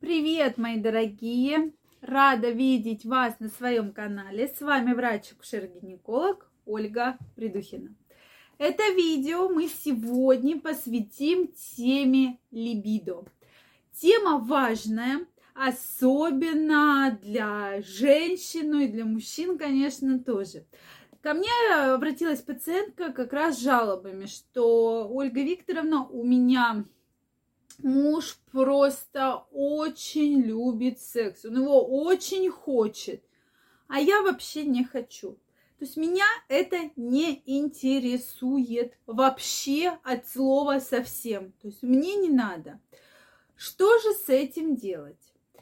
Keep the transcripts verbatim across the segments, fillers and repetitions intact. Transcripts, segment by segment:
привет, мои дорогие! Рада видеть вас на своем канале. С вами врач-акушер-гинеколог Ольга Придухина. Это видео мы сегодня посвятим теме либидо. Тема важная, особенно для женщин, ну и для мужчин, конечно, тоже. Ко мне обратилась пациентка как раз с жалобами, что Ольга Викторовна, у меня муж просто очень любит секс, он его очень хочет, а я вообще не хочу. То есть меня это не интересует вообще от слова совсем. То есть мне не надо. Что же с этим делать?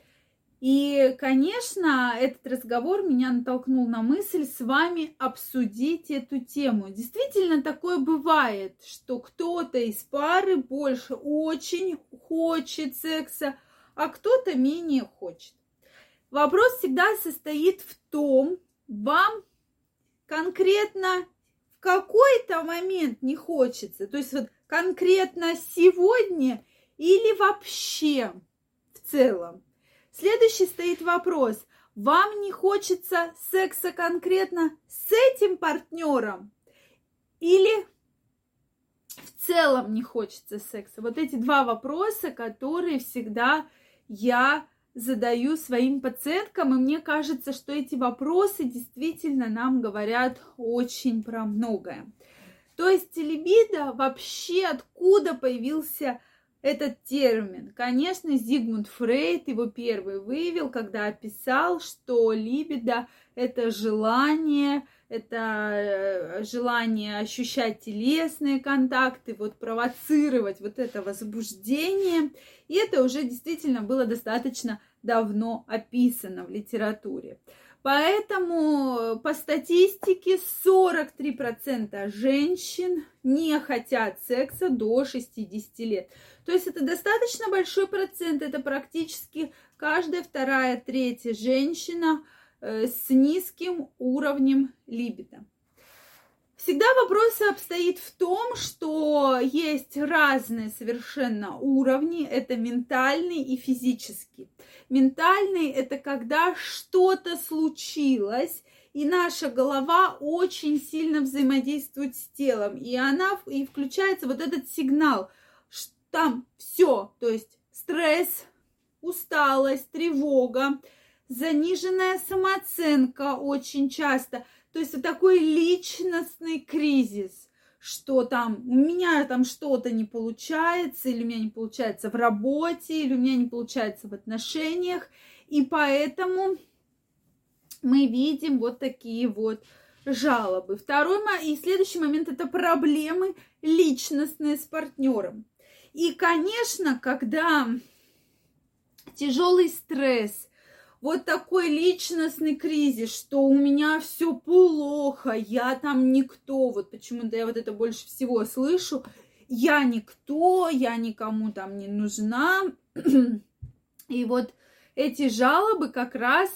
И, конечно, этот разговор меня натолкнул на мысль с вами обсудить эту тему. Действительно, такое бывает, что кто-то из пары больше очень хочет секса, а кто-то менее хочет. Вопрос всегда состоит в том, вам конкретно в какой-то момент не хочется, то есть вот конкретно сегодня или вообще в целом. Следующий стоит вопрос. Вам не хочется секса конкретно с этим партнером? Или в целом не хочется секса? Вот эти два вопроса, которые всегда я задаю своим пациенткам. И мне кажется, что эти вопросы действительно нам говорят очень про многое. То есть либидо вообще откуда появился этот термин? Конечно, Зигмунд Фрейд его первый выявил, когда описал, что либидо – это желание, это желание ощущать телесные контакты, вот провоцировать вот это возбуждение. И это уже действительно было достаточно давно описано в литературе. Поэтому по статистике сорок три процента женщин не хотят секса до шестидесяти лет. То есть это достаточно большой процент, это практически каждая вторая, третья женщина с низким уровнем либидо. Всегда вопрос обстоит в том, что есть разные совершенно уровни, это ментальный и физический. Ментальный – это когда что-то случилось, и наша голова очень сильно взаимодействует с телом, и она и включается вот этот сигнал, что там все, то есть стресс, усталость, тревога, заниженная самооценка очень часто. То есть такой личностный кризис, что там у меня там что-то не получается, или у меня не получается в работе, или у меня не получается в отношениях. И поэтому мы видим вот такие вот жалобы. Второй и следующий момент – это проблемы личностные с партнером. И, конечно, когда тяжелый стресс, вот такой личностный кризис, что у меня все плохо, я там никто, вот почему-то я вот это больше всего слышу, я никто, я никому там не нужна. И вот эти жалобы как раз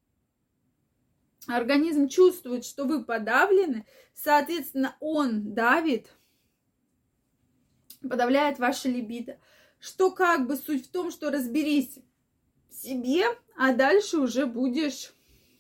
организм чувствует, что вы подавлены, соответственно, он давит, подавляет ваше либидо. Что как бы суть в том, что разберись себе, а дальше уже будешь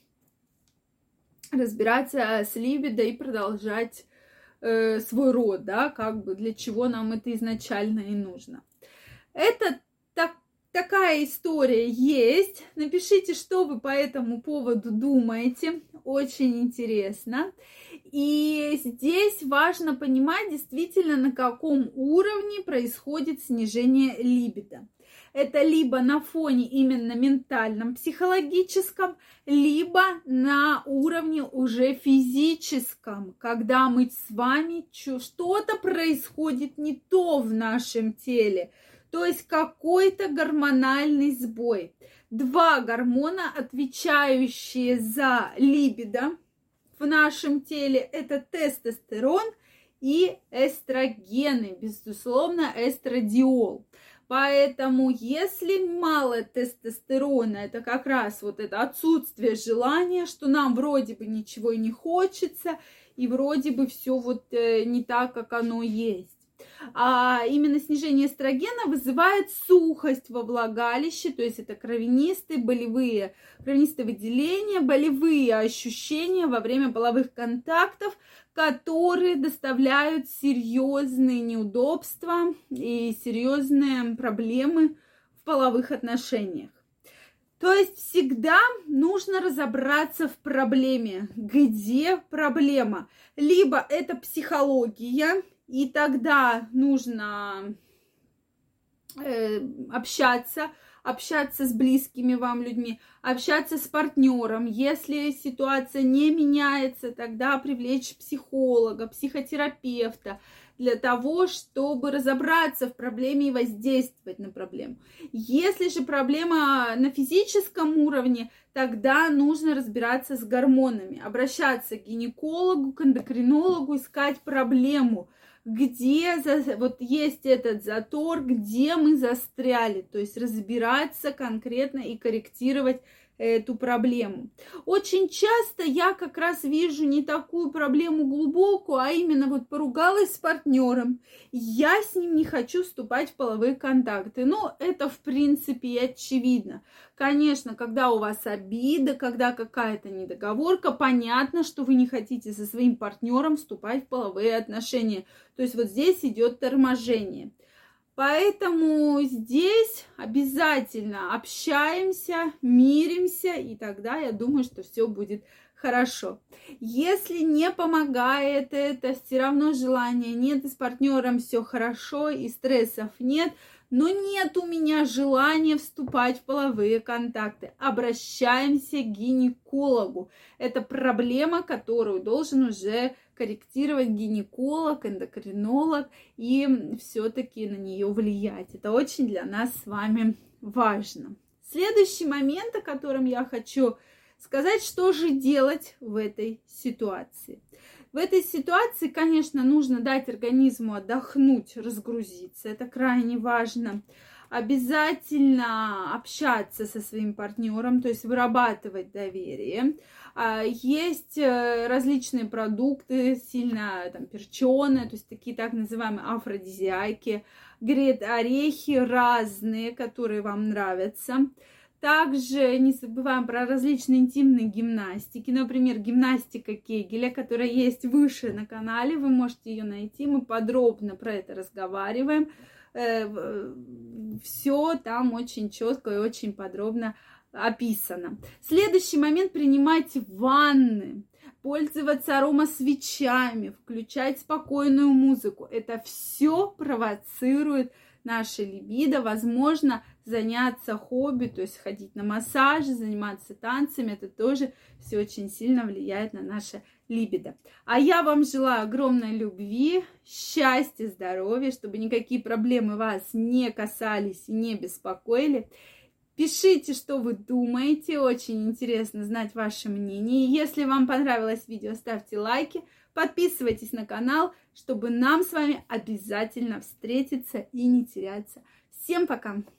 разбираться с либидо и продолжать э, свой род, да, как бы для чего нам это изначально и нужно. Это так, такая история есть. Напишите, что вы по этому поводу думаете. Очень интересно. И здесь важно понимать действительно, на каком уровне происходит снижение либидо. Это либо на фоне именно ментальном, психологическом, либо на уровне уже физическом, когда мы с вами что-то происходит не то в нашем теле, то есть какой-то гормональный сбой. Два гормона, отвечающие за либидо в нашем теле, это тестостерон и эстрогены, безусловно, эстрадиол. Поэтому, если мало тестостерона, это как раз вот это отсутствие желания, что нам вроде бы ничего и не хочется, и вроде бы все вот не так, как оно есть. А именно снижение эстрогена вызывает сухость во влагалище, то есть это кровянистые, болевые, кровянистые выделения, болевые ощущения во время половых контактов, которые доставляют серьезные неудобства и серьезные проблемы в половых отношениях. То есть всегда нужно разобраться в проблеме. Где проблема? Либо это психология, и тогда нужно э, общаться, общаться с близкими вам людьми, общаться с партнером. Если ситуация не меняется, тогда привлечь психолога, психотерапевта для того, чтобы разобраться в проблеме и воздействовать на проблему. Если же проблема на физическом уровне, тогда нужно разбираться с гормонами, обращаться к гинекологу, к эндокринологу, искать проблему, где вот есть этот затор, где мы застряли, то есть разбираться конкретно и корректировать эту проблему. Очень часто я как раз вижу не такую проблему глубокую, а именно вот поругалась с партнером, я с ним не хочу вступать в половые контакты. Но это в принципе и очевидно. Конечно, когда у вас обида, когда какая-то недоговорка, понятно, что вы не хотите со своим партнером вступать в половые отношения. То есть вот здесь идет торможение. Поэтому здесь обязательно общаемся, миримся, и тогда я думаю, что все будет хорошо. Если не помогает это, все равно желания нет, и с партнером все хорошо, и стрессов нет, но нет у меня желания вступать в половые контакты. Обращаемся к гинекологу. Это проблема, которую должен уже корректировать гинеколог, эндокринолог и все-таки на нее влиять. Это очень для нас с вами важно. Следующий момент, о котором я хочу сказать, что же делать в этой ситуации. В этой ситуации, конечно, нужно дать организму отдохнуть, разгрузиться. Это крайне важно. Обязательно общаться со своим партнером, то есть вырабатывать доверие. Есть различные продукты, сильно там перченые, то есть такие так называемые афродизиаки, говорит, орехи разные, которые вам нравятся. Также не забываем про различные интимные гимнастики, например, гимнастика Кегеля, которая есть выше на канале, вы можете ее найти, мы подробно про это разговариваем. Все там очень четко и очень подробно описано. Следующий момент: принимать ванны, пользоваться аромасвечами, включать спокойную музыку. Это все провоцирует наше либидо. Возможно, заняться хобби, то есть ходить на массажи, заниматься танцами, это тоже все очень сильно влияет на наше либидо. А я вам желаю огромной любви, счастья, здоровья, чтобы никакие проблемы вас не касались и не беспокоили. Пишите, что вы думаете, очень интересно знать ваше мнение. Если вам понравилось видео, ставьте лайки, подписывайтесь на канал, чтобы нам с вами обязательно встретиться и не теряться. Всем пока!